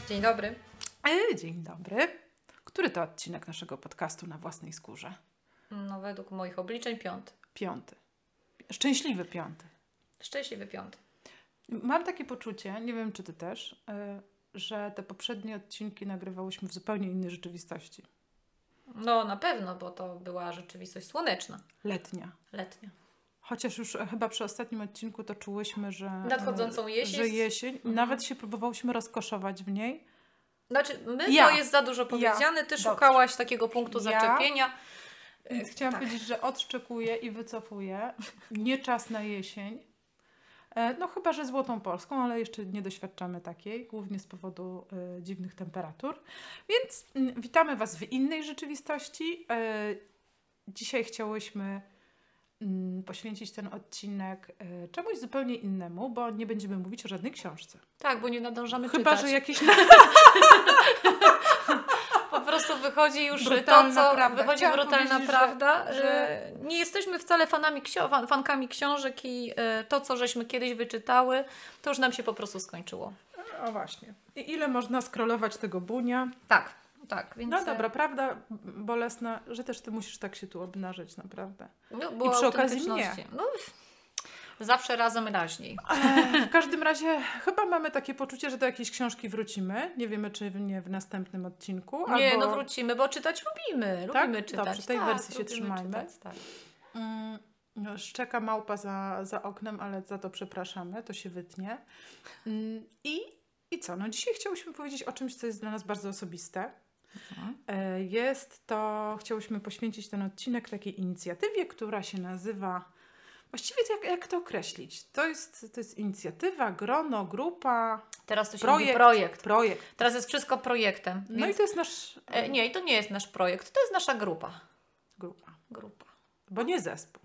Dzień dobry. Dzień dobry. Który to odcinek naszego podcastu Na własnej skórze? No według moich obliczeń 5. 5. Szczęśliwy 5. Szczęśliwy 5. Mam takie poczucie, nie wiem czy ty też, że te poprzednie odcinki nagrywałyśmy w zupełnie innej rzeczywistości. No na pewno, bo to była rzeczywistość słoneczna. Letnia. Chociaż już chyba przy ostatnim odcinku to czułyśmy, że... Nadchodzącą jesień. Że jesień. Nawet się próbowałyśmy rozkoszować w niej. Znaczy, to jest za dużo powiedziane. Ty szukałaś takiego punktu zaczepienia. Więc chciałam powiedzieć, że odszczekuję i wycofuję. Nie czas na jesień. No chyba, że złotą polską, ale jeszcze nie doświadczamy takiej, głównie z powodu dziwnych temperatur. Więc witamy Was w innej rzeczywistości. Dzisiaj chciałyśmy poświęcić ten odcinek czemuś zupełnie innemu, bo nie będziemy mówić o żadnej książce. Tak, bo nie nadążamy chyba, czytać. Że jakieś... Po prostu wychodzi już brutalna prawda. Wychodzi brutalna prawda, że nie jesteśmy wcale fankami książek i to, co żeśmy kiedyś wyczytały, to już nam się po prostu skończyło. O właśnie. I ile można scrollować tego bunia? Tak. Więc... No dobra, prawda bolesna, że też ty musisz tak się tu obnażyć, naprawdę. No, i przy okazji mnie. No, zawsze razem raźniej. W każdym razie chyba mamy takie poczucie, że do jakiejś książki wrócimy. Nie wiemy, czy nie w następnym odcinku. Nie, no wrócimy, bo czytać lubimy. Tak? Lubimy czytać. Dobrze, tej wersji się trzymajmy. Czytać, tak. No, szczeka małpa za oknem, ale za to przepraszamy, to się wytnie. I co? No dzisiaj chciałyśmy powiedzieć o czymś, co jest dla nas bardzo osobiste. Jest to, chciałyśmy poświęcić ten odcinek takiej inicjatywie, która się nazywa, właściwie jak to określić? To jest inicjatywa, grono, grupa, teraz to się mówi projekt. Teraz jest wszystko projektem. No i to jest nasz... Nie, i to nie jest nasz projekt, to jest nasza grupa. Grupa. Bo nie zespół.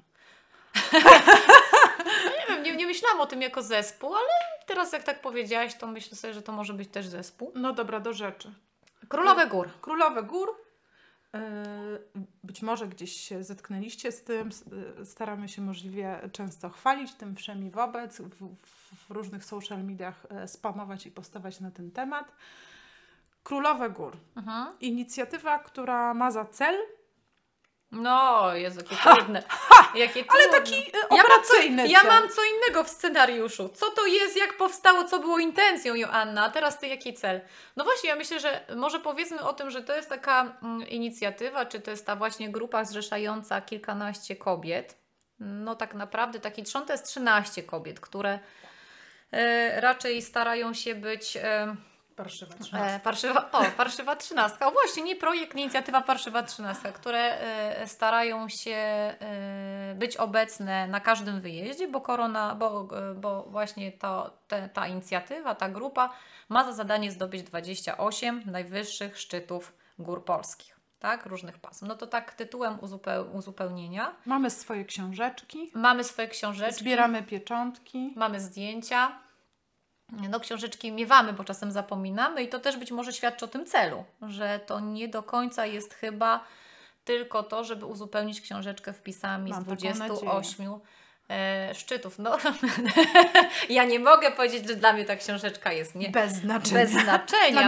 No nie wiem, nie myślałam o tym jako zespół, ale teraz jak tak powiedziałaś, to myślę sobie, że to może być też zespół. No dobra, do rzeczy. Królowe Gór. Być może gdzieś się zetknęliście z tym. Staramy się możliwie często chwalić tym wszemi wobec. W różnych social mediach spamować i postawać na ten temat. Królowe Gór. Inicjatywa, która ma za cel... No, Jezu, jakie trudne. Ale taki operacyjny cel. Ja mam co innego w scenariuszu. Co to jest, jak powstało, co było intencją, Joanna? A teraz ty jaki cel? No właśnie, ja myślę, że może powiedzmy o tym, że to jest taka inicjatywa, czy to jest ta właśnie grupa zrzeszająca kilkanaście kobiet. No tak naprawdę taki trzon to jest 13 kobiet, które raczej starają się być... Parszywa 13. Parszywa 13. O właśnie, nie projekt, nie inicjatywa Parszywa 13, które starają się być obecne na każdym wyjeździe, bo właśnie ta inicjatywa, ta grupa ma za zadanie zdobyć 28 najwyższych szczytów gór polskich. Tak? Różnych pasm. No to tak tytułem uzupełnienia. Mamy swoje książeczki. Zbieramy pieczątki. Mamy zdjęcia. No książeczki miewamy, bo czasem zapominamy i to też być może świadczy o tym celu, że to nie do końca jest chyba tylko to, żeby uzupełnić książeczkę wpisami z 28 szczytów. No, ja nie mogę powiedzieć, że dla mnie ta książeczka jest bez znaczenia,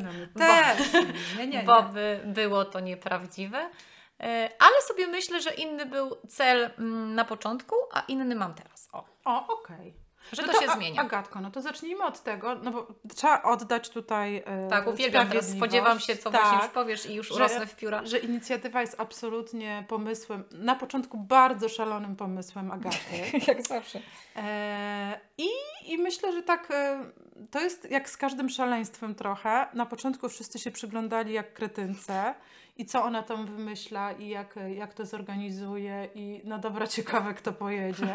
bo by było to nieprawdziwe. Ale sobie myślę, że inny był cel na początku, a inny mam teraz. Okej. Że to się zmienia. Agatko, no to zacznijmy od tego, no bo trzeba oddać tutaj tak, uwielbiam teraz, spodziewam się, co właśnie już powiesz i już urosnę w pióra. Że inicjatywa jest absolutnie pomysłem, na początku bardzo szalonym pomysłem Agaty. Jak zawsze. I myślę, że tak, to jest jak z każdym szaleństwem trochę. Na początku wszyscy się przyglądali jak kretynce i co ona tam wymyśla i jak to zorganizuje i no dobra, ciekawe kto pojedzie.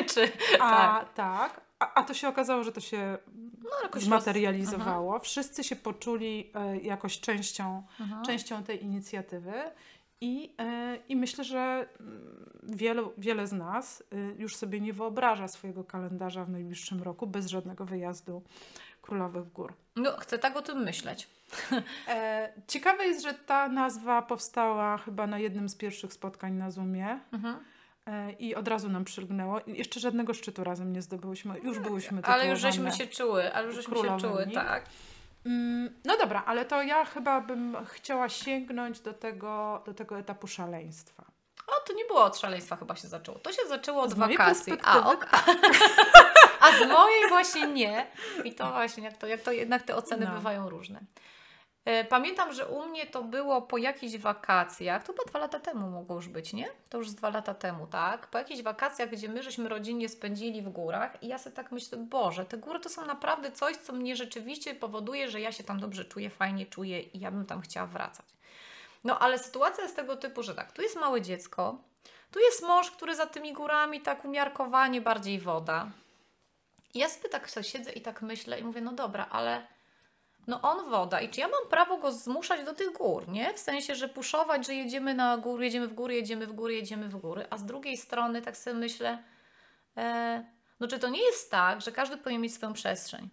A to się okazało, że to się jakoś zmaterializowało. Wszyscy się poczuli jakoś częścią tej inicjatywy. I myślę, że wiele z nas już sobie nie wyobraża swojego kalendarza w najbliższym roku bez żadnego wyjazdu Królowych Gór. No, chcę tak o tym myśleć. Ciekawe jest, że ta nazwa powstała chyba na jednym z pierwszych spotkań na Zoomie. I od razu nam przylgnęło. Jeszcze żadnego szczytu razem nie zdobyłyśmy. Już byłyśmy tytułowane. Ale już żeśmy się czuły, tak. No dobra, ale to ja chyba bym chciała sięgnąć do tego etapu szaleństwa. O, to nie było od szaleństwa chyba się zaczęło. To się zaczęło od Z mojej wakacji. perspektywy, A z mojej właśnie nie. I to właśnie, jak to jednak te oceny No. bywają różne. Pamiętam, że u mnie to było po jakichś wakacjach, to chyba 2 lata temu mogło już być, nie? To już z 2 lata temu, tak? Po jakichś wakacjach, gdzie my żeśmy rodzinnie spędzili w górach i ja sobie tak myślę, Boże, te góry to są naprawdę coś, co mnie rzeczywiście powoduje, że ja się tam dobrze czuję, fajnie czuję i ja bym tam chciała wracać. No ale sytuacja jest tego typu, że tak, tu jest małe dziecko, tu jest mąż, który za tymi górami tak umiarkowanie bardziej woda. I ja sobie tak siedzę i tak myślę i mówię, no dobra, ale no on woda i czy ja mam prawo go zmuszać do tych gór, nie? W sensie, że puszować, że jedziemy na góry, jedziemy w góry, jedziemy w góry, jedziemy w góry, a z drugiej strony tak sobie myślę, no czy to nie jest tak, że każdy powinien mieć swoją przestrzeń?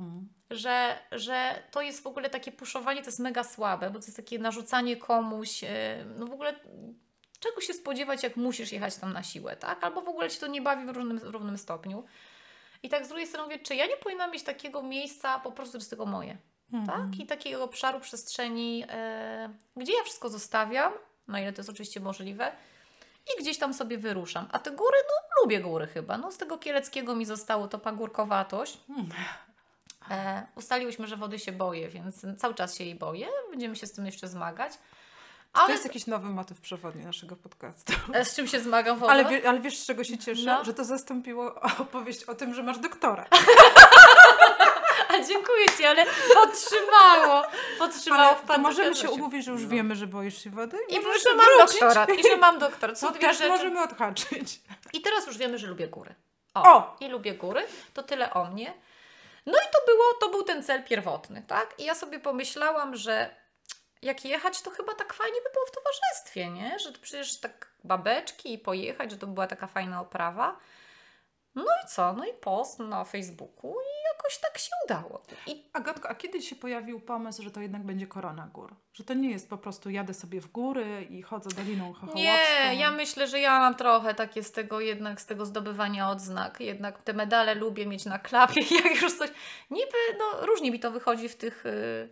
Że to jest w ogóle takie puszowanie, to jest mega słabe, bo to jest takie narzucanie komuś, no w ogóle czego się spodziewać, jak musisz jechać tam na siłę, tak? Albo w ogóle Ci to nie bawi w równym stopniu. I tak z drugiej strony mówię, czy ja nie powinnam mieć takiego miejsca, po prostu to jest tylko moje, tak? I takiego obszaru przestrzeni, gdzie ja wszystko zostawiam, na ile to jest oczywiście możliwe, i gdzieś tam sobie wyruszam. A te góry, no lubię góry chyba. No z tego kieleckiego mi zostało to pagórkowatość. Ustaliłyśmy, że wody się boję, więc cały czas się jej boję. Będziemy się z tym jeszcze zmagać. To jest jakiś nowy motyw przewodni naszego podcastu. Z czym się zmagam wodą? Ale wiesz, z czego się cieszę? No. Że to zastąpiło opowieść o tym, że masz doktora. A dziękuję Ci, ale podtrzymało Ale w to Pan możemy się Zosiu. umówić, że już wiemy, że boisz się wody? I możesz że mam wrócić. doktorat. I że mam doktorat. To Są dwie też rzeczy. możemy odhaczyć. I teraz już wiemy, że lubię góry. O! I lubię góry. To tyle o mnie. No i to był ten cel pierwotny, tak? I ja sobie pomyślałam, że jak jechać, to chyba tak fajnie by było w towarzystwie, nie? Że to przecież tak babeczki i pojechać, że to była taka fajna oprawa. No i co? No i post na Facebooku i jakoś tak się udało. Agatko, a kiedy się pojawił pomysł, że to jednak będzie Korona Gór? Że to nie jest po prostu jadę sobie w góry i chodzę Doliną Chochołowską? Nie, ja myślę, że ja mam trochę takie z tego zdobywania odznak. Jednak te medale lubię mieć na klapie. Jak już coś... Niby, no różnie mi to wychodzi w tych...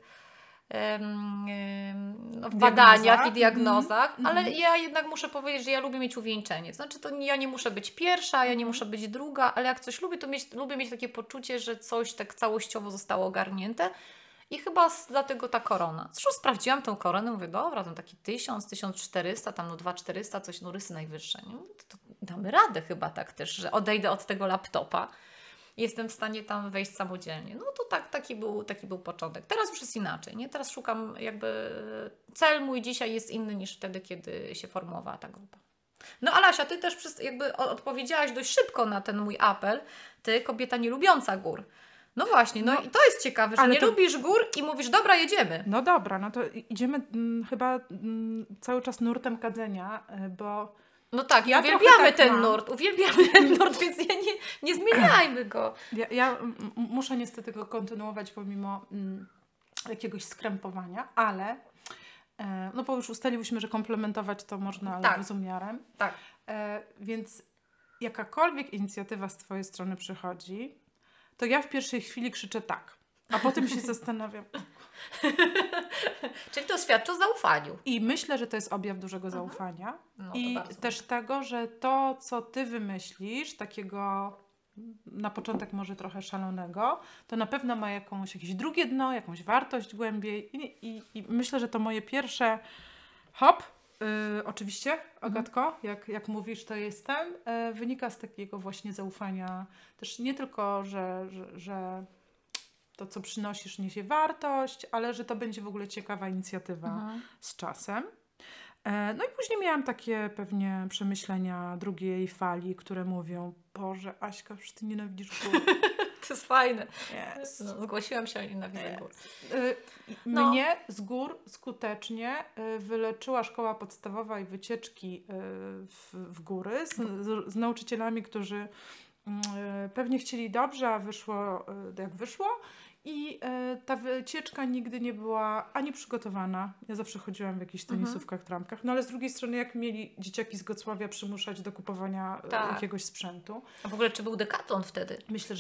w badaniach i diagnozach, ale ja jednak muszę powiedzieć, że ja lubię mieć uwieńczenie. Znaczy, to ja nie muszę być pierwsza, ja nie muszę być druga, ale jak coś lubię, to lubię mieć takie poczucie, że coś tak całościowo zostało ogarnięte i chyba dlatego ta korona. Zresztą sprawdziłam tą koronę, mówię, dobra, tam taki 1000, 1400, tam no 2400, coś, no rysy najwyższe. Nie? To damy radę chyba tak też, że odejdę od tego laptopa. Jestem w stanie tam wejść samodzielnie. No to tak, taki był początek. Teraz już jest inaczej, nie? Teraz szukam cel mój dzisiaj jest inny niż wtedy, kiedy się formowała ta grupa. No ale Asia, Ty też odpowiedziałaś dość szybko na ten mój apel. Ty, kobieta nie lubiąca gór. No właśnie, no i to jest ciekawe, że nie lubisz gór i mówisz, dobra, jedziemy. No dobra, no to idziemy chyba cały czas nurtem kadzenia, bo... No tak, ja uwielbiamy ten nurt, więc nie zmieniajmy go. Ja muszę niestety go kontynuować pomimo jakiegoś skrępowania, ale no bo już ustaliłyśmy, że komplementować to można, ale z umiarem. Tak. Więc jakakolwiek inicjatywa z Twojej strony przychodzi, to ja w pierwszej chwili krzyczę tak, a potem się zastanawiam. Czyli to świadczy o zaufaniu. I myślę, że to jest objaw dużego zaufania. No, i też tego, że to, co Ty wymyślisz, takiego na początek może trochę szalonego, to na pewno ma jakieś drugie dno, jakąś wartość głębiej. I myślę, że to moje pierwsze oczywiście, Agatko, jak mówisz, to jestem, wynika z takiego właśnie zaufania. Też nie tylko, że to, co przynosisz, niesie wartość, ale że to będzie w ogóle ciekawa inicjatywa z czasem. No i później miałam takie pewnie przemyślenia drugiej fali, które mówią, Boże, Aśka, przecież Ty nienawidzisz gór. To jest fajne. Yes. No, zgłosiłam się, ale nienawidzę gór. Mnie z gór skutecznie wyleczyła szkoła podstawowa i wycieczki w góry z nauczycielami, którzy pewnie chcieli dobrze, a wyszło jak wyszło. I ta wycieczka nigdy nie była ani przygotowana. Ja zawsze chodziłam w jakichś tenisówkach, trampkach. No ale z drugiej strony, jak mieli dzieciaki z Gocławia przymuszać do kupowania jakiegoś sprzętu. A w ogóle czy był Decathlon wtedy?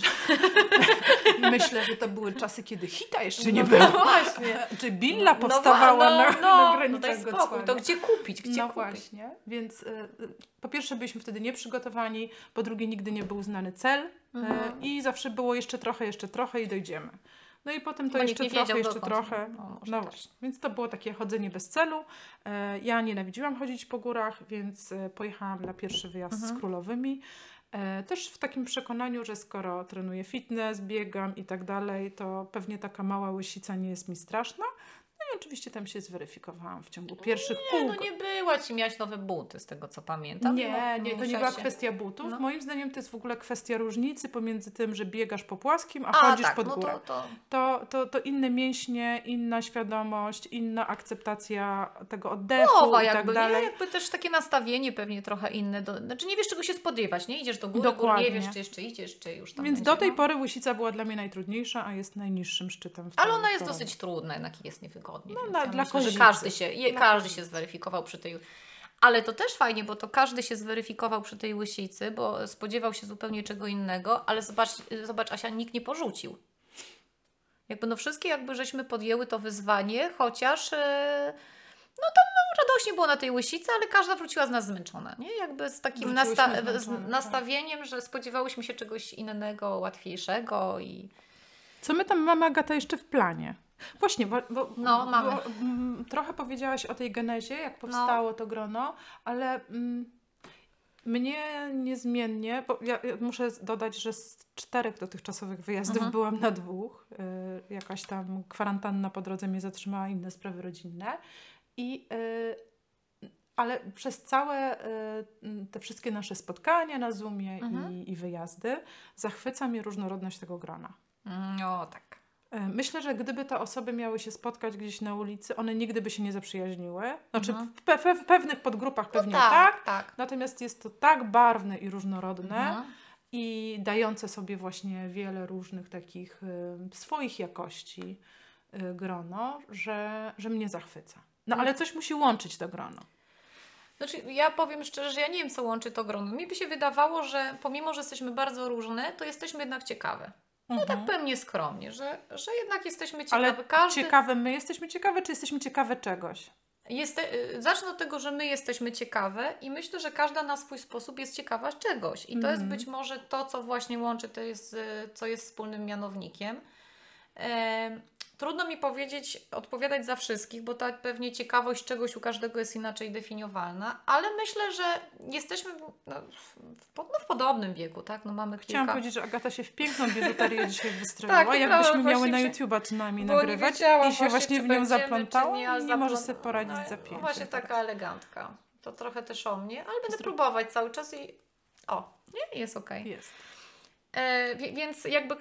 Myślę, że to były czasy, kiedy Hita jeszcze nie było. Właśnie. Czy Billa powstawała na granicach daj spokój, Gocławia. to gdzie kupić? Gdzie kupić? Właśnie. Więc po pierwsze byliśmy wtedy nieprzygotowani, po drugie nigdy nie był znany cel i zawsze było jeszcze trochę i dojdziemy. No i potem to Bo jeszcze nikt nie wiedział trochę. może No też. właśnie. Więc to było takie chodzenie bez celu. Ja nienawidziłam chodzić po górach, więc pojechałam na pierwszy wyjazd z Królowymi. Też w takim przekonaniu, że skoro trenuję fitness, biegam i tak dalej, to pewnie taka mała łysica nie jest mi straszna. No i oczywiście tam się zweryfikowałam w ciągu pierwszych pół. No nie była ci, miałaś nowe buty z tego co pamiętam. Nie, to nie musiałaś była się- kwestia butów. No. Moim zdaniem to jest w ogóle kwestia różnicy pomiędzy tym, że biegasz po płaskim, a chodzisz tak, pod no górę. To inne mięśnie, inna świadomość, inna akceptacja tego oddechu Głowa i tak jakby, dalej. nie? Jakby też takie nastawienie pewnie trochę inne. Znaczy nie wiesz czego się spodziewać, nie? Idziesz do góry, Dokładnie. nie wiesz czy jeszcze idziesz, czy już tam Więc będzie, do tej no. pory Łysica była dla mnie najtrudniejsza, a jest najniższym szczytem. W Ale tym ona jest koronie. dosyć trudna, jednak jest niewygodnie. No, więc dla myślę, że kozicy. każdy się zweryfikował przy tej... Ale to też fajnie, bo to każdy się zweryfikował przy tej łysicy, bo spodziewał się zupełnie czego innego, ale zobacz Asia, nikt nie porzucił. Jakby no wszystkie jakby żeśmy podjęły to wyzwanie, chociaż radośnie było na tej łysicy, ale każda wróciła z nas zmęczona, nie? Jakby z takim Wróciłyśmy zmęczone, tak. nastawieniem, że spodziewałyśmy się czegoś innego, łatwiejszego i... Co my tam mamy, Agata, jeszcze w planie? Właśnie, bo No, mamy. Trochę powiedziałaś o tej genezie, jak powstało to grono, ale mnie niezmiennie, bo ja muszę dodać, że z 4 dotychczasowych wyjazdów byłam na 2. Jakaś tam kwarantanna po drodze mnie zatrzymała, inne sprawy rodzinne. Ale przez całe te wszystkie nasze spotkania na Zoomie i wyjazdy zachwyca mnie różnorodność tego grona. No tak. Myślę, że gdyby te osoby miały się spotkać gdzieś na ulicy, one nigdy by się nie zaprzyjaźniły. Znaczy w pewnych podgrupach pewnie tak. Natomiast jest to tak barwne i różnorodne i dające sobie właśnie wiele różnych takich swoich jakości grono, że mnie zachwyca. No ale coś musi łączyć to grono. Znaczy, ja powiem szczerze, że ja nie wiem, co łączy to grono. Mi by się wydawało, że pomimo, że jesteśmy bardzo różne, to jesteśmy jednak ciekawe. No tak powiem nieskromnie, że jednak jesteśmy ciekawe. Ale ciekawe, my jesteśmy ciekawe, czy jesteśmy ciekawe czegoś? Zacznę od tego, że my jesteśmy ciekawe i myślę, że każda na swój sposób jest ciekawa czegoś. I to jest być może to, co właśnie łączy, to jest, co jest wspólnym mianownikiem. Trudno mi odpowiadać za wszystkich, bo ta pewnie ciekawość czegoś u każdego jest inaczej definiowalna, ale myślę, że jesteśmy w podobnym wieku, tak? No mamy Chciałam kilka... powiedzieć, że Agata się w piękną biżuterię dzisiaj wystroiła, Tak, jakbyśmy prawda, miały na właśnie YouTube'a co najmniej bo nie nagrywać wiedziałam i się właśnie czy w nią będziemy, zaplątała czy i nie może sobie poradzić za pięknie. Właśnie taka elegantka. To trochę też o mnie, ale będę próbować cały czas i jest okej. Jest. Więc jakby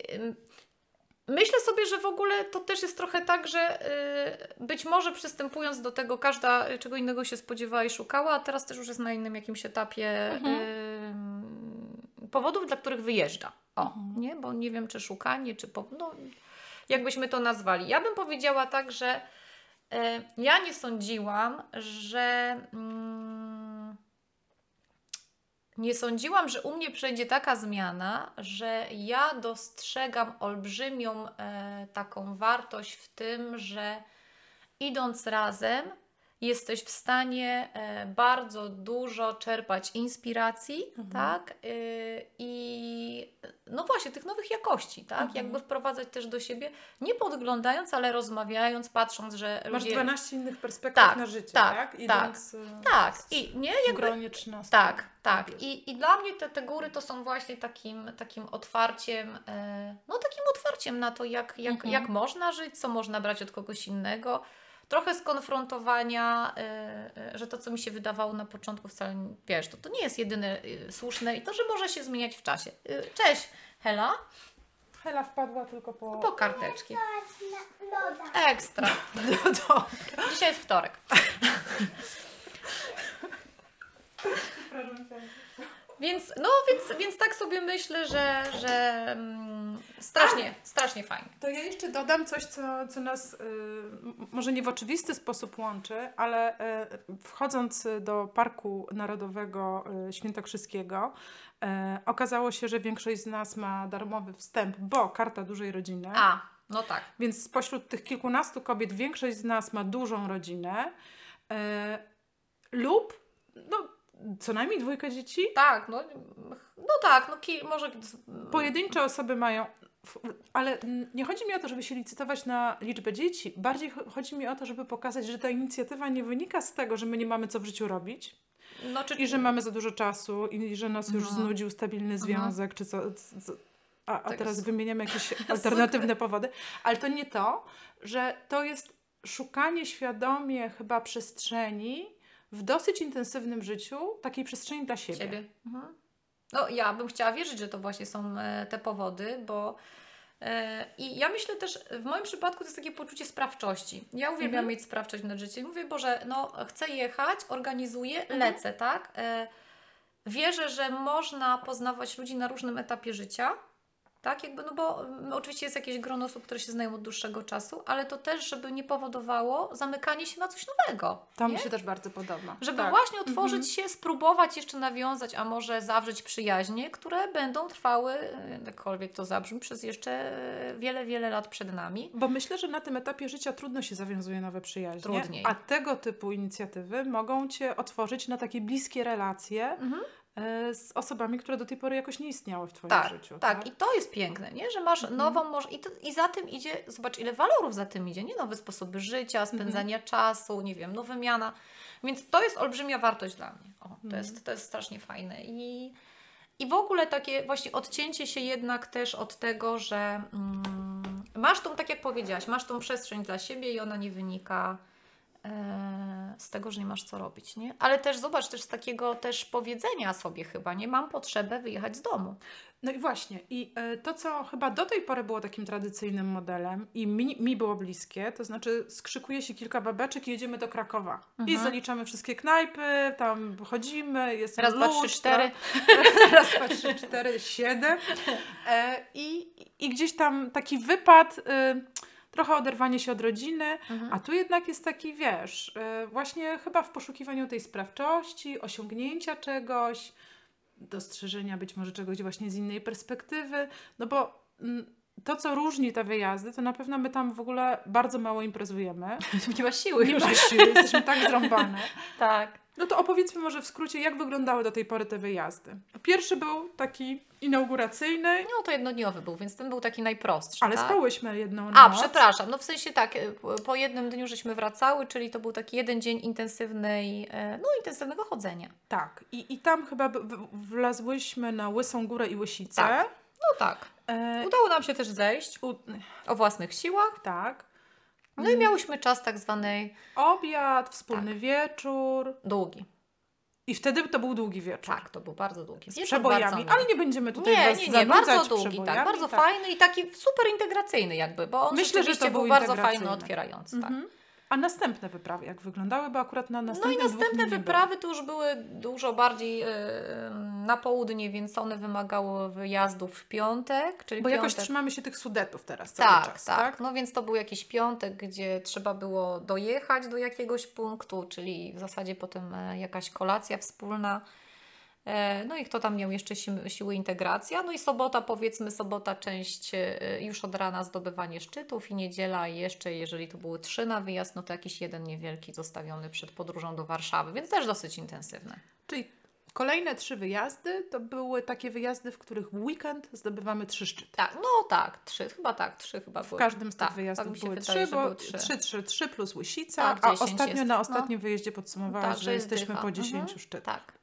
myślę sobie, że w ogóle to też jest trochę tak, że być może przystępując do tego każda czego innego się spodziewała i szukała, a teraz też już jest na innym jakimś etapie powodów, dla których wyjeżdża. Nie? Bo nie wiem, czy szukanie, czy jakbyśmy to nazwali. Ja bym powiedziała tak, że ja nie sądziłam, że u mnie przejdzie taka zmiana, że ja dostrzegam olbrzymią taką wartość w tym, że idąc razem jesteś w stanie bardzo dużo czerpać inspiracji, tak? I no właśnie tych nowych jakości, tak? Jakby wprowadzać też do siebie, nie podglądając, ale rozmawiając, patrząc, że Masz ludzie... 12 innych perspektyw na życie, tak? Idąc tak. I nie w jakby... gronie 13. Tak. I dla mnie te góry to są właśnie takim otwarciem, takim otwarciem na to, jak można żyć, co można brać od kogoś innego. Trochę skonfrontowania, że to, co mi się wydawało na początku wcale, wiesz, to nie jest jedyne słuszne i to, że może się zmieniać w czasie. Cześć, Hela. Hela wpadła tylko Po karteczki. Loda. Ekstra. Dzisiaj jest wtorek. Więc tak sobie myślę, że Strasznie fajnie. To ja jeszcze dodam coś, co nas może nie w oczywisty sposób łączy, ale wchodząc do Parku Narodowego Świętokrzyskiego, okazało się, że większość z nas ma darmowy wstęp, bo Karta Dużej Rodziny. No tak. Więc spośród tych kilkunastu kobiet większość z nas ma dużą rodzinę lub co najmniej 2 dzieci. Tak, tak, może... Pojedyncze osoby mają, ale nie chodzi mi o to, żeby się licytować na liczbę dzieci. Bardziej chodzi mi o to, żeby pokazać, że ta inicjatywa nie wynika z tego, że my nie mamy co w życiu robić i że mamy za dużo czasu i że nas już znudził stabilny związek, czy co. A teraz wymieniamy jakieś alternatywne powody. Ale to nie to, że to jest szukanie świadomie chyba przestrzeni w dosyć intensywnym życiu, takiej przestrzeni dla siebie. No ja bym chciała wierzyć, że to właśnie są te powody, bo i ja myślę też, w moim przypadku to jest takie poczucie sprawczości. Ja uwielbiam mieć sprawczość nad życiem. Mówię, Boże, chcę jechać, organizuję, lecę, tak? Wierzę, że można poznawać ludzi na różnym etapie życia. Tak, bo oczywiście jest jakieś grono osób, które się znają od dłuższego czasu, ale to też, żeby nie powodowało zamykanie się na coś nowego. To mi się też bardzo podoba. Żeby właśnie otworzyć się, spróbować jeszcze nawiązać, a może zawrzeć przyjaźnie, które będą trwały, jakkolwiek to zabrzmi, przez jeszcze wiele, wiele lat przed nami. Bo myślę, że na tym etapie życia trudno się zawiązuje nowe przyjaźnie. Trudniej. A tego typu inicjatywy mogą Cię otworzyć na takie bliskie relacje, z osobami, które do tej pory jakoś nie istniały w Twoim życiu. Tak, i to jest piękne, nie? Że masz nową i za tym idzie, zobacz ile walorów za tym idzie, nie? Nowe sposoby życia, spędzania czasu, nie wiem, wymiana. Więc to jest olbrzymia wartość dla mnie. To jest strasznie fajne. I w ogóle takie właśnie odcięcie się jednak też od tego, że masz tą, tak jak powiedziałaś, masz tą przestrzeń dla siebie i ona nie wynika z tego, że nie masz co robić, nie? Ale też zobacz, też z takiego też powiedzenia sobie chyba, nie? Mam potrzebę wyjechać z domu. No i właśnie. I to, co chyba do tej pory było takim tradycyjnym modelem i mi było bliskie, to znaczy skrzykuje się kilka babeczek i jedziemy do Krakowa. I zaliczamy wszystkie knajpy, tam chodzimy, jest raz, lustro. 2, 3, 4. Raz, 2, 3, 4, 7. I gdzieś tam taki wypad... trochę oderwanie się od rodziny, a tu jednak jest taki, wiesz, właśnie chyba w poszukiwaniu tej sprawczości, osiągnięcia czegoś, dostrzeżenia być może czegoś właśnie z innej perspektywy, no bo to, co różni te wyjazdy, to na pewno my tam w ogóle bardzo mało imprezujemy. Nie ma siły. Nie ma siły, jesteśmy tak zrąbane. Tak. No to opowiedzmy może w skrócie, jak wyglądały do tej pory te wyjazdy. Pierwszy był taki inauguracyjny. No to jednodniowy był, więc ten był taki najprostszy. Ale tak? spałyśmy jedną noc. Przepraszam, w sensie tak, po jednym dniu żeśmy wracały, czyli to był taki jeden dzień intensywnego chodzenia. Tak. I tam chyba wlazłyśmy na Łysą Górę i Łysicę. Tak. No tak. Udało nam się też zejść o własnych siłach. Tak. No i miałyśmy czas tak zwanej... Obiad, wspólny wieczór. Długi. I wtedy to był długi wieczór. Tak, to był bardzo długi. Z przebojami, ale nie będziemy tutaj nie, bardzo długi, tak, bardzo fajny i taki super integracyjny jakby, bo on myślę, że to był bardzo fajny, otwierający. Tak. A następne wyprawy jak wyglądały? Bo akurat na następne No i następne wyprawy to już były dużo bardziej na południe, więc one wymagały wyjazdów w piątek. Czyli bo jakoś trzymamy się tych Sudetów teraz cały czas, tak? No więc to był jakiś piątek, gdzie trzeba było dojechać do jakiegoś punktu, czyli w zasadzie potem jakaś kolacja wspólna. No i kto tam miał jeszcze siły integracja. No i sobota część już od rana zdobywanie szczytów i niedziela jeszcze, jeżeli to były 3 na wyjazd, no to jakiś jeden niewielki zostawiony przed podróżą do Warszawy, więc też dosyć intensywne. Czyli kolejne 3 wyjazdy to były takie wyjazdy, w których w weekend zdobywamy 3 szczyty. Tak, 3 chyba były. W każdym z tych wyjazdów były 3, bo 3 plus Łysica, tak, a ostatnio na ostatnim wyjeździe podsumowałaś, że jesteśmy po 10 szczytach. Tak.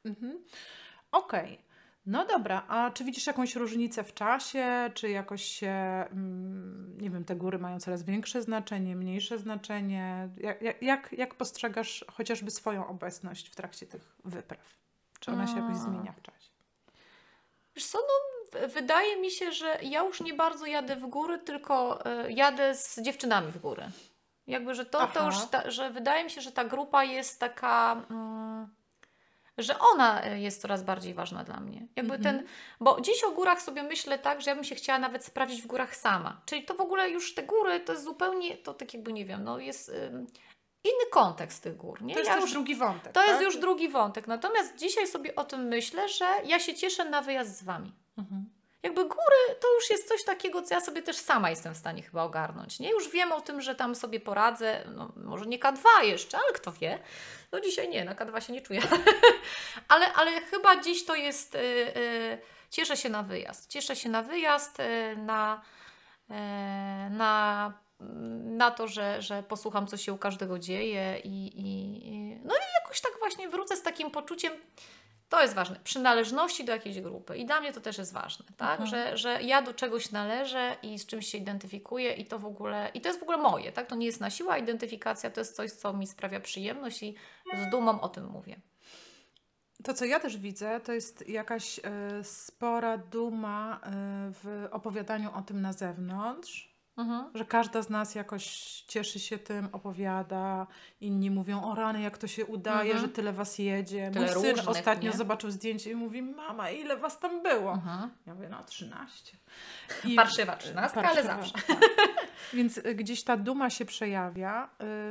Okej. No dobra, a czy widzisz jakąś różnicę w czasie? Czy jakoś się, nie wiem, te góry mają coraz większe znaczenie, mniejsze znaczenie? Jak postrzegasz chociażby swoją obecność w trakcie tych wypraw? Czy ona się jakoś zmienia w czasie? Wiesz co, wydaje mi się, że ja już nie bardzo jadę w góry, tylko jadę z dziewczynami w góry. Jakby, że to już, że wydaje mi się, że ta grupa jest taka... że ona jest coraz bardziej ważna dla mnie. Jakby bo dziś o górach sobie myślę tak, że ja bym się chciała nawet sprawdzić w górach sama. Czyli to w ogóle już te góry to jest zupełnie, to tak jakby nie wiem, no jest inny kontekst tych gór. Nie? To jest Ja też już, drugi wątek, to jest tak? już drugi wątek. Natomiast dzisiaj sobie o tym myślę, że ja się cieszę na wyjazd z Wami. Jakby góry to już jest coś takiego, co ja sobie też sama jestem w stanie chyba ogarnąć. Nie? Już wiem o tym, że tam sobie poradzę, no, może nie K2 jeszcze, ale kto wie. No dzisiaj nie, na K2 się nie czuję. ale chyba dziś to jest, cieszę się na wyjazd. Cieszę się na wyjazd, na to, że posłucham, co się u każdego dzieje no i jakoś tak właśnie wrócę z takim poczuciem, to jest ważne, przynależności do jakiejś grupy. I dla mnie to też jest ważne, tak? Że ja do czegoś należę i z czymś się identyfikuję i to jest w ogóle moje, tak? To nie jest na siłę, a identyfikacja to jest coś, co mi sprawia przyjemność i z dumą o tym mówię. To, co ja też widzę, to jest jakaś spora duma w opowiadaniu o tym na zewnątrz. Że każda z nas jakoś cieszy się tym, opowiada, inni mówią, o rany, jak to się udaje, że tyle was jedzie. Tyle Mój syn różnych, ostatnio nie? zobaczył zdjęcie i mówi, mama, ile was tam było? Ja mówię, no 13. I Parszywa 13, ale zawsze. Tak. Więc gdzieś ta duma się przejawia.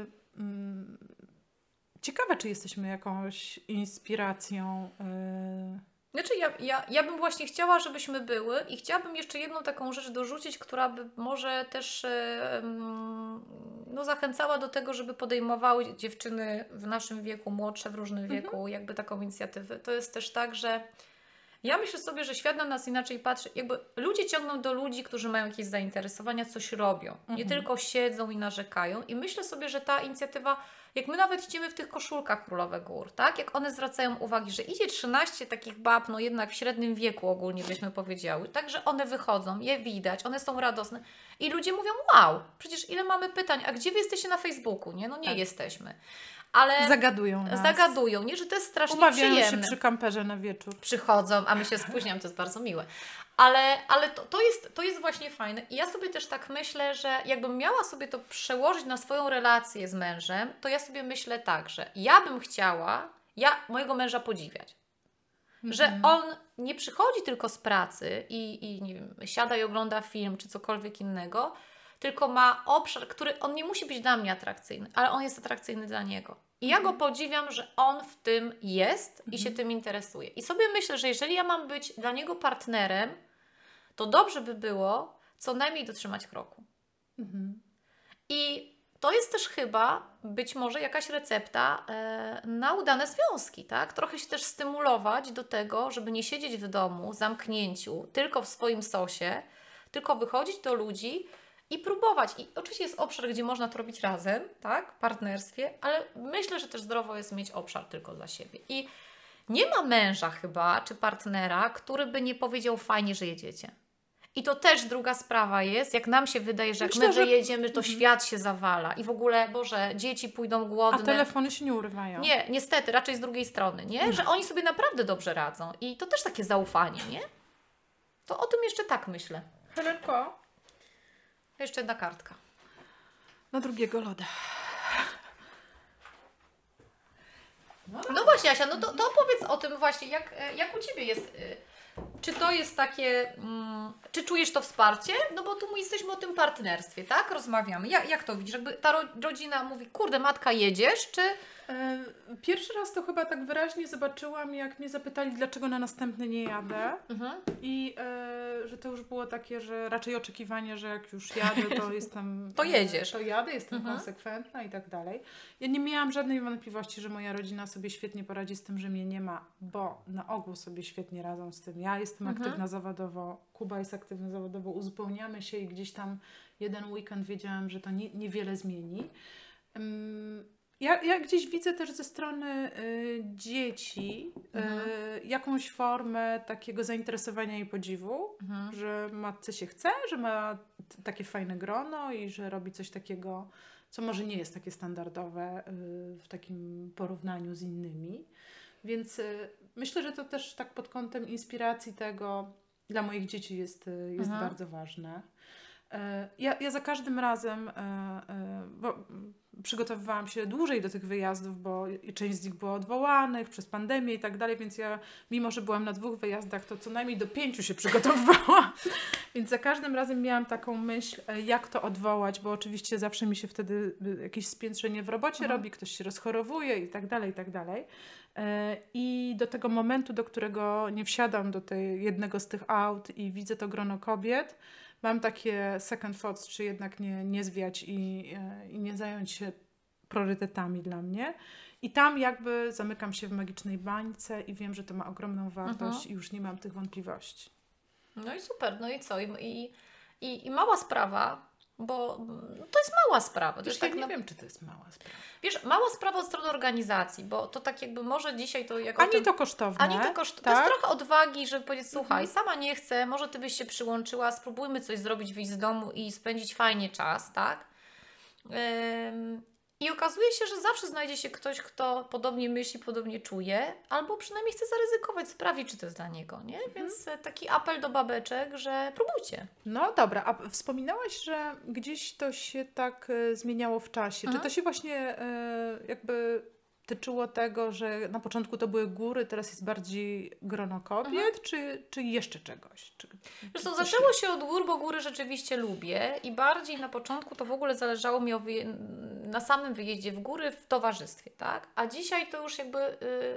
Ciekawe, czy jesteśmy jakąś inspiracją. Znaczy ja bym właśnie chciała, żebyśmy były i chciałabym jeszcze jedną taką rzecz dorzucić, która by może też no, zachęcała do tego, żeby podejmowały dziewczyny w naszym wieku, młodsze w różnym wieku, jakby taką inicjatywę. To jest też tak, że ja myślę sobie, że świat na nas inaczej patrzy. Jakby ludzie ciągną do ludzi, którzy mają jakieś zainteresowania, coś robią. Nie tylko siedzą i narzekają. I myślę sobie, że ta inicjatywa, jak my nawet idziemy w tych koszulkach Królowe Gór, tak? Jak one zwracają uwagę, że idzie 13 takich bab, no jednak w średnim wieku ogólnie byśmy powiedziały, tak? Że one wychodzą, je widać, one są radosne. I ludzie mówią, wow, przecież ile mamy pytań, a gdzie wy jesteście na Facebooku, nie? No nie jesteśmy. Ale Zagadują nas. Zagadują, nie? Że to jest strasznie Umawiają przyjemne. się przy kamperze na wieczór. Przychodzą, a my się spóźniamy, to jest bardzo miłe. Ale to jest właśnie fajne. I ja sobie też tak myślę, że jakbym miała sobie to przełożyć na swoją relację z mężem, to ja sobie myślę tak, że ja bym chciała mojego męża podziwiać. Że on nie przychodzi tylko z pracy i nie wiem, siada i ogląda film czy cokolwiek innego, tylko ma obszar, który on nie musi być dla mnie atrakcyjny, ale on jest atrakcyjny dla niego. I ja go podziwiam, że on w tym jest i się tym interesuje. I sobie myślę, że jeżeli ja mam być dla niego partnerem, to dobrze by było co najmniej dotrzymać kroku. I to jest też chyba być może jakaś recepta na udane związki, tak? Trochę się też stymulować do tego, żeby nie siedzieć w domu, zamknięciu, tylko w swoim sosie, tylko wychodzić do ludzi i próbować. I oczywiście jest obszar, gdzie można to robić razem, tak? W partnerstwie, ale myślę, że też zdrowo jest mieć obszar tylko dla siebie. I nie ma męża chyba, czy partnera, który by nie powiedział fajnie, że jedziecie. I to też druga sprawa jest, jak nam się wydaje, że jak my wyjedziemy, to świat się zawala i w ogóle, Boże, dzieci pójdą głodne. A telefony się nie urywają. Nie, niestety, raczej z drugiej strony, nie? Że oni sobie naprawdę dobrze radzą i to też takie zaufanie, nie? To o tym jeszcze tak myślę. Helenko? Jeszcze jedna kartka. Na drugiego loda. No właśnie, Asia, no to opowiedz o tym właśnie, jak u Ciebie jest. Czy to jest takie, czy czujesz to wsparcie? No bo tu my jesteśmy o tym partnerstwie, tak? Rozmawiamy. Jak to widzisz? Jakby ta rodzina mówi, kurde, matka, jedziesz, czy... Pierwszy raz to chyba tak wyraźnie zobaczyłam, jak mnie zapytali, dlaczego na następny nie jadę. I że to już było takie, że raczej oczekiwanie, że jak już jadę, to jestem... To jedziesz. To jadę, jestem konsekwentna i tak dalej. Ja nie miałam żadnej wątpliwości, że moja rodzina sobie świetnie poradzi z tym, że mnie nie ma, bo na ogół sobie świetnie radzą z tym. Ja jestem aktywna zawodowo, Kuba jest aktywny zawodowo, uzupełniamy się i gdzieś tam jeden weekend wiedziałam, że to niewiele zmieni. Ja gdzieś widzę też ze strony dzieci jakąś formę takiego zainteresowania i podziwu, że matce się chce, że ma takie fajne grono i że robi coś takiego, co może nie jest takie standardowe w takim porównaniu z innymi. Więc myślę, że to też tak pod kątem inspiracji tego dla moich dzieci jest bardzo ważne. Ja za każdym razem, bo przygotowywałam się dłużej do tych wyjazdów, bo część z nich była odwołanych przez pandemię i tak dalej, więc ja, mimo że byłam na 2 wyjazdach, to co najmniej do 5 się przygotowywałam. Więc za każdym razem miałam taką myśl, jak to odwołać, bo oczywiście zawsze mi się wtedy jakieś spiętrzenie w robocie robi, ktoś się rozchorowuje i tak dalej, i tak dalej. I do tego momentu, do którego nie wsiadam do jednego z tych aut i widzę to grono kobiet, mam takie second thoughts, czy jednak nie zwiać i nie zająć się priorytetami dla mnie. I tam jakby zamykam się w magicznej bańce i wiem, że to ma ogromną wartość i już nie mam tych wątpliwości. No i super, no i co? I mała sprawa, bo to jest mała sprawa. Wiesz, ja nie wiem, czy to jest mała sprawa. Wiesz, mała sprawa od strony organizacji, bo to tak jakby może dzisiaj to jako... Ani to kosztowne. To jest trochę odwagi, żeby powiedzieć, słuchaj, sama nie chcę, może Ty byś się przyłączyła, spróbujmy coś zrobić, wyjść z domu i spędzić fajnie czas, tak? I okazuje się, że zawsze znajdzie się ktoś, kto podobnie myśli, podobnie czuje, albo przynajmniej chce zaryzykować, sprawdzić, czy to jest dla niego, nie? Więc taki apel do babeczek, że próbujcie. No dobra, a wspominałaś, że gdzieś to się tak zmieniało w czasie. Czy to się właśnie jakby tyczyło tego, że na początku to były góry, teraz jest bardziej grono kobiet, czy jeszcze czegoś? Zresztą zaczęło się od gór, bo góry rzeczywiście lubię i bardziej na początku to w ogóle zależało mi na samym wyjeździe w góry w towarzystwie, tak? A dzisiaj to już jakby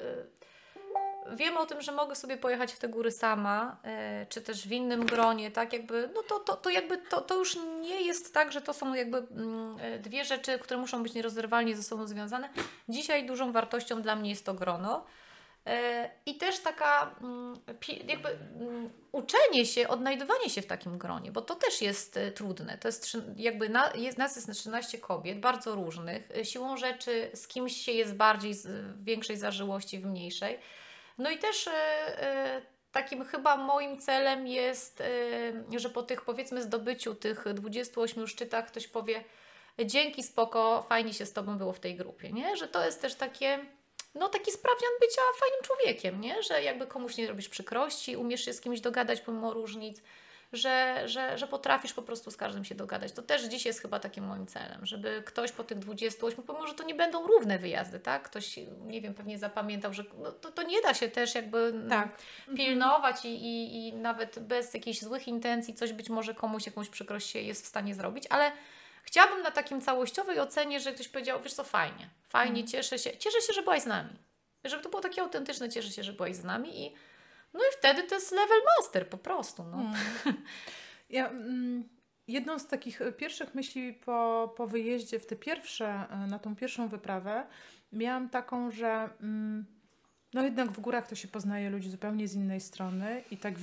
wiem o tym, że mogę sobie pojechać w te góry sama, czy też w innym gronie, tak? Jakby, no to już nie jest tak, że to są jakby dwie rzeczy, które muszą być nierozerwalnie ze sobą związane. Dzisiaj dużą wartością dla mnie jest to grono. I też taka jakby uczenie się, odnajdywanie się w takim gronie, bo to też jest trudne. To jest jakby nas jest 13 kobiet, bardzo różnych. Siłą rzeczy z kimś się jest bardziej, w większej zażyłości, w mniejszej. No i też takim chyba moim celem jest, że po tych powiedzmy zdobyciu tych 28 szczytach ktoś powie dzięki, spoko, fajnie się z Tobą było w tej grupie, nie? Że to jest też takie... No taki sprawdzian bycia fajnym człowiekiem, nie? Że jakby komuś nie robisz przykrości, umiesz się z kimś dogadać pomimo różnic, że potrafisz po prostu z każdym się dogadać. To też dziś jest chyba takim moim celem, żeby ktoś po tych 28, pomimo że to nie będą równe wyjazdy, tak? Ktoś, nie wiem, pewnie zapamiętał, że no, to nie da się też jakby pilnować i nawet bez jakichś złych intencji coś być może komuś jakąś przykrość się jest w stanie zrobić, ale chciałabym na takim całościowej ocenie, że ktoś powiedział, wiesz co, fajnie, cieszę się, że byłaś z nami. Żeby to było takie autentyczne, cieszę się, że byłaś z nami no i wtedy to jest level master po prostu. No. Ja, jedną z takich pierwszych myśli po wyjeździe w te pierwsze, na tą pierwszą wyprawę miałam taką, że no jednak w górach to się poznaje ludzi zupełnie z innej strony i tak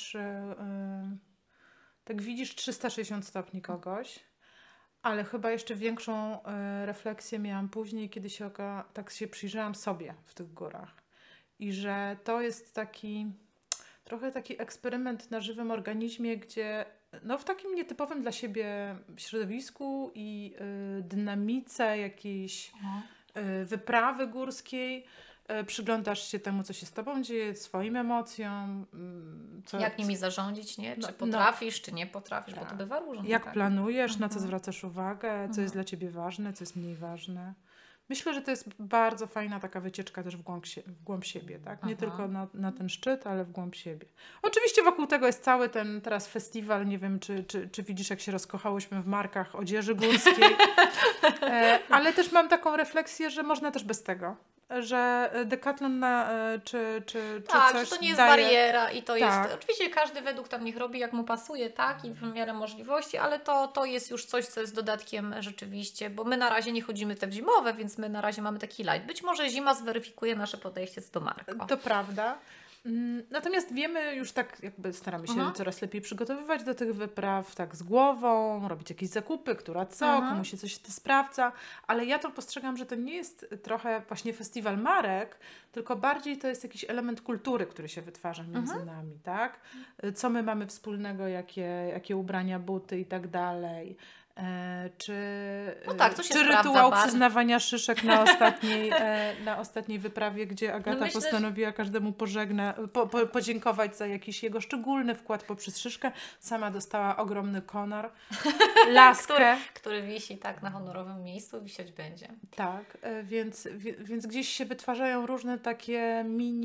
widzisz 360 stopni kogoś. Ale chyba jeszcze większą refleksję miałam później, kiedy tak się przyjrzałam sobie w tych górach. I że to jest trochę taki eksperyment na żywym organizmie, gdzie no w takim nietypowym dla siebie środowisku i dynamice jakiejś wyprawy górskiej przyglądasz się temu, co się z Tobą dzieje, swoim emocjom. Jak nimi zarządzić, nie? Czy potrafisz, czy nie potrafisz, bo to bywa różnie. Jak planujesz, na co zwracasz uwagę, co jest dla Ciebie ważne, co jest mniej ważne. Myślę, że to jest bardzo fajna taka wycieczka też w głąb siebie, tak? Nie tylko na ten szczyt, ale w głąb siebie. Oczywiście wokół tego jest cały ten teraz festiwal, nie wiem, czy widzisz, jak się rozkochałyśmy w markach odzieży górskiej, ale też mam taką refleksję, że można też bez tego. Że Decathlon czy tak, coś że to nie jest daje... bariera i to jest... Oczywiście każdy według tam niech robi jak mu pasuje, tak? I w miarę możliwości, ale to jest już coś, co jest dodatkiem rzeczywiście, bo my na razie nie chodzimy te w zimowe, więc my na razie mamy taki light. Być może zima zweryfikuje nasze podejście do mark. To prawda. Natomiast wiemy już tak, jakby staramy się coraz lepiej przygotowywać do tych wypraw, tak z głową, robić jakieś zakupy, która co, komu się coś sprawdza, ale ja to postrzegam, że to nie jest trochę właśnie festiwal marek, tylko bardziej to jest jakiś element kultury, który się wytwarza między nami, tak? Co my mamy wspólnego, jakie ubrania, buty i tak dalej. Czy, No tak, to się czy sprawdza rytuał bardzo. przyznawania szyszek na ostatniej wyprawie, gdzie Agata myślę, że- postanowiła każdemu podziękować za jakiś jego szczególny wkład poprzez szyszkę. Sama dostała ogromny konar, laskę. który wisi tak na honorowym miejscu, wisieć będzie. Tak, więc gdzieś się wytwarzają różne takie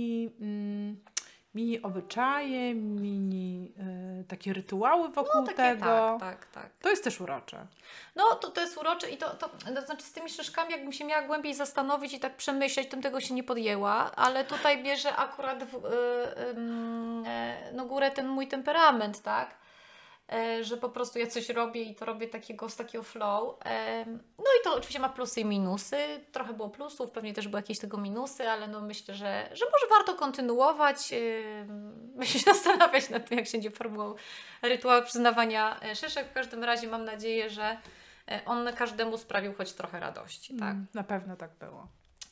mini obyczaje, takie rytuały wokół Takie tego. tak. To jest też urocze. No to jest urocze i to znaczy z tymi szyszkami, jakbym się miała głębiej zastanowić i tak przemyśleć, to bym tego się nie podjęła, ale tutaj bierze akurat no górę ten mój temperament, tak? Że po prostu ja coś robię i to robię z takiego flow. No i to oczywiście ma plusy i minusy. Trochę było plusów, pewnie też były jakieś tego minusy, ale no myślę, że może warto kontynuować. Myślę się zastanawiać nad tym, jak się będzie formułował rytuał przyznawania szyszek. W każdym razie mam nadzieję, że on każdemu sprawił choć trochę radości. Tak? Na pewno tak było.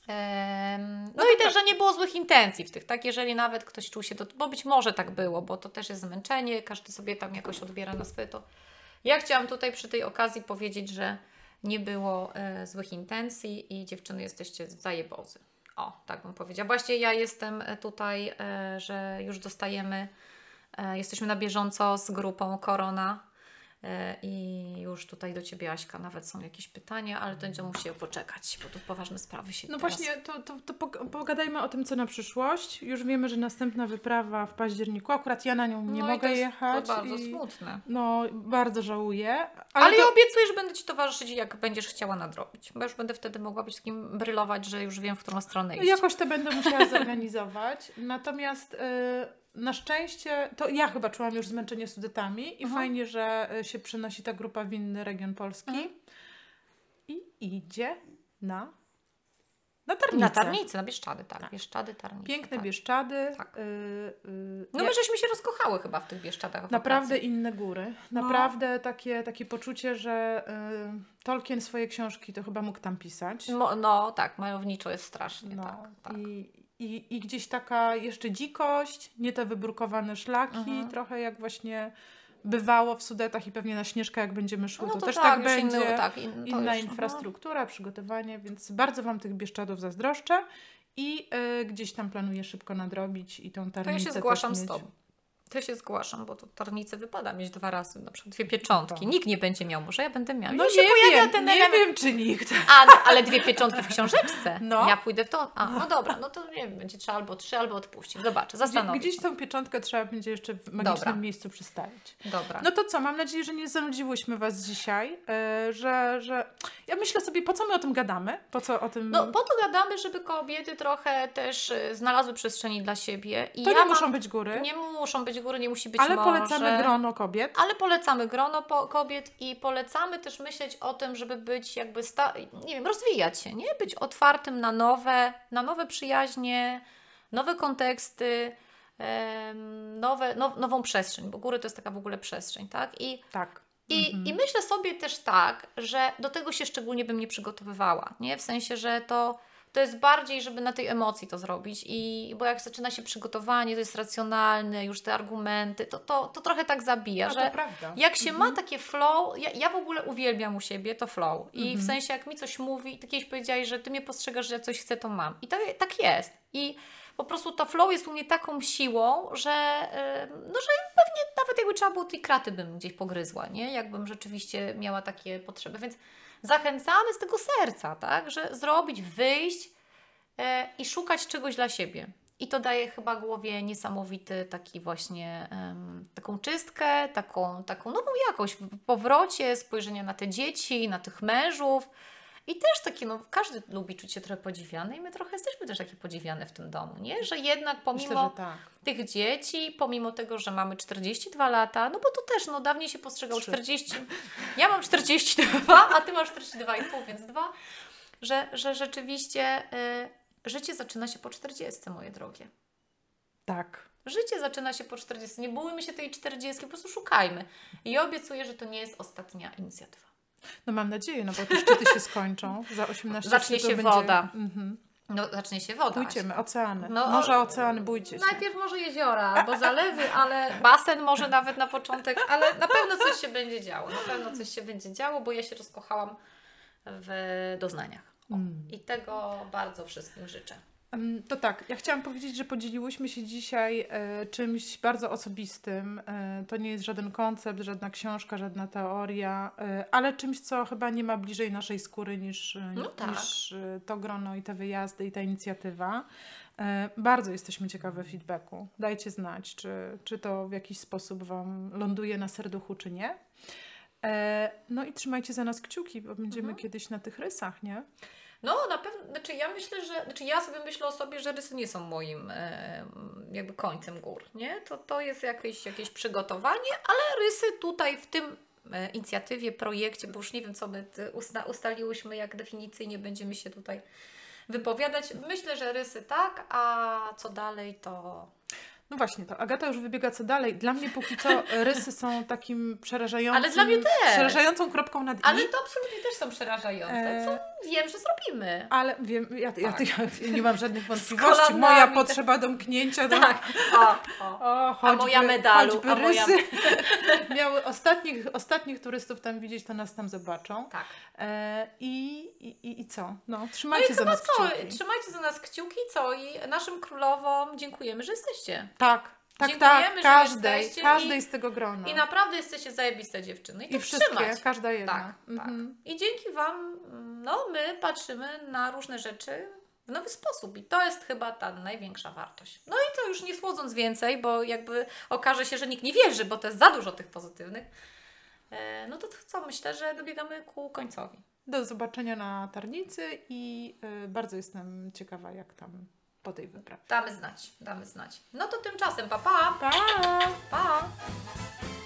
No i też, że nie było złych intencji w tych, tak? Jeżeli nawet ktoś czuł się, bo być może tak było, bo to też jest zmęczenie, każdy sobie tam jakoś odbiera na swoje to. Ja chciałam tutaj przy tej okazji powiedzieć, że nie było złych intencji i dziewczyny jesteście zajebozy. O, tak bym powiedziała. Właśnie ja jestem tutaj, że już dostajemy, jesteśmy na bieżąco z grupą Korona. I już tutaj do Ciebie, Aśka, nawet są jakieś pytania, ale to będzie musiał poczekać, bo tu poważne sprawy się No teraz... właśnie, to pogadajmy o tym, co na przyszłość. Już wiemy, że następna wyprawa w październiku. Akurat ja na nią nie mogę i to jest jechać. To bardzo smutne. No, bardzo żałuję. Ale ja obiecuję, że będę Ci towarzyszyć, jak będziesz chciała nadrobić. Bo już będę wtedy mogła być takim brylować, że już wiem, w którą stronę iść. Jakoś to będę musiała zorganizować. Natomiast na szczęście, to ja chyba czułam już zmęczenie Sudetami i fajnie, że się przenosi ta grupa w inny region Polski i idzie na Tarnicę. Na Tarnicy, na Bieszczady, tak. Bieszczady, Tarnice. Piękne tak. Bieszczady. Tak. No my żeśmy się rozkochały chyba w tych Bieszczadach. Naprawdę inne góry. Naprawdę takie poczucie, że Tolkien swoje książki to chyba mógł tam pisać. No tak, malowniczo jest strasznie. Tak. I gdzieś taka jeszcze dzikość, nie te wybrukowane szlaki, trochę jak właśnie bywało w Sudetach i pewnie na Śnieżkę jak będziemy szły, No to to też tak, tak już będzie. inna Infrastruktura, przygotowanie, więc bardzo Wam tych Bieszczadów zazdroszczę i gdzieś tam planuję szybko nadrobić i tą Tarnicę To ja się zgłaszam też z mieć. Tobą. To się zgłaszam, bo to Tarnicę wypada mieć 2 razy, na przykład 2 pieczątki. Nikt nie będzie miał, może ja będę miała. No I się pojawia ten nie element. wiem, czy nikt. Ale 2 pieczątki w książeczce. No. Ja pójdę w to. No dobra, no to nie wiem, będzie trzeba albo 3, albo odpuścić. Zobaczę, zastanowię Gdzieś się. tą pieczątkę trzeba będzie jeszcze w magicznym Dobra. miejscu przystawić. Dobra. No to co, mam nadzieję, że nie zanudziłyśmy Was dzisiaj, że ja myślę sobie, po co my o tym gadamy? Po co o tym... No po to gadamy, żeby kobiety trochę też znalazły przestrzeni dla siebie. I To nie muszą być góry, Nie muszą być góry, nie musi być ale morze. polecamy grono kobiet. Ale polecamy grono kobiet i polecamy też myśleć o tym, żeby być jakby, nie wiem, rozwijać się, nie? Być otwartym na nowe przyjaźnie, nowe konteksty, nową przestrzeń, bo góry to jest taka w ogóle przestrzeń, tak? Tak. I myślę sobie też tak, że do tego się szczególnie bym nie przygotowywała, nie? W sensie, że to jest bardziej, żeby na tej emocji to zrobić bo jak zaczyna się przygotowanie, to jest racjonalne, już te argumenty, to trochę tak zabija, A że to prawda. jak się ma takie flow, ja w ogóle uwielbiam u siebie to flow i w sensie jak mi coś mówi, ty kiedyś powiedziałaś, że ty mnie postrzegasz, że ja coś chcę, to mam i tak jest i po prostu to flow jest u mnie taką siłą, że pewnie nawet jakby trzeba było tej kraty bym gdzieś pogryzła, nie? Jakbym rzeczywiście miała takie potrzeby, więc zachęcamy z tego serca, tak? Że zrobić, wyjść i szukać czegoś dla siebie. I to daje chyba głowie niesamowity taki właśnie, taką czystkę, taką nową jakość w powrocie, spojrzenia na te dzieci, na tych mężów. I też takie, każdy lubi czuć się trochę podziwiany i my trochę jesteśmy też takie podziwiane w tym domu, nie? Że jednak pomimo Myślę, że tak. tych dzieci, pomimo tego, że mamy 42 lata, no bo to też, dawniej się postrzegało 40. Ja mam 42, a Ty masz 42,5, więc 2. Że rzeczywiście życie zaczyna się po 40, moje drogie. Tak. Życie zaczyna się po 40. Nie bójmy się tej 40, po prostu szukajmy. I ja obiecuję, że to nie jest ostatnia inicjatywa. No mam nadzieję, bo te szczyty się skończą. Za 18 Zacznie szczytów się będzie... woda. No, zacznie się woda. Pójdziemy, oceany. No, Morza, oceany, bójcie się. Najpierw może jeziora albo zalewy, ale basen może nawet na początek, ale na pewno coś się będzie działo. Na pewno coś się będzie działo, bo ja się rozkochałam w doznaniach. I tego bardzo wszystkim życzę. To tak, ja chciałam powiedzieć, że podzieliłyśmy się dzisiaj czymś bardzo osobistym. To nie jest żaden koncept, żadna książka, żadna teoria, ale czymś, co chyba nie ma bliżej naszej skóry niż to grono i te wyjazdy i ta inicjatywa. Bardzo jesteśmy ciekawe feedbacku. Dajcie znać, czy to w jakiś sposób Wam ląduje na serduchu, czy nie. No i trzymajcie za nas kciuki, bo będziemy kiedyś na tych rysach, nie? No na pewno, ja myślę, ja sobie myślę o sobie, że rysy nie są moim jakby końcem gór, nie? To jest jakieś przygotowanie, ale rysy tutaj w tym inicjatywie, projekcie, bo już nie wiem, co my ustaliłyśmy, jak definicyjnie będziemy się tutaj wypowiadać. Myślę, że rysy tak, a co dalej to... No właśnie, to Agata już wybiega co dalej. Dla mnie póki co rysy są takim przerażającym... Ale dla mnie też. Przerażającą kropką nad i. Ale to absolutnie też są przerażające, co wiem, że zrobimy. Ale wiem, ja nie mam żadnych Z wątpliwości. kolanami, Moja potrzeba domknięcia. Tak, a moja medalu, choćby a moja... rysy miały ostatnich turystów tam widzieć, to nas tam zobaczą. Tak. I co? No, trzymajcie za nas kciuki. Trzymajcie za nas kciuki, i naszym królowom dziękujemy, że jesteście. Tak, Dziękujemy, że każdej jesteście z tego grona. I naprawdę jesteście zajebiste dziewczyny. I to wszystkie, trzymać. każda jedna. Tak, tak. I dzięki Wam, my patrzymy na różne rzeczy w nowy sposób. I to jest chyba ta największa wartość. No i to już nie słodząc więcej, bo jakby okaże się, że nikt nie wierzy, bo to jest za dużo tych pozytywnych. No to co? Myślę, że dobiegamy ku końcowi. Do zobaczenia na Tarnicy i bardzo jestem ciekawa, jak tam po tej wyprawie. Damy znać. No to tymczasem, pa! Pa! Pa!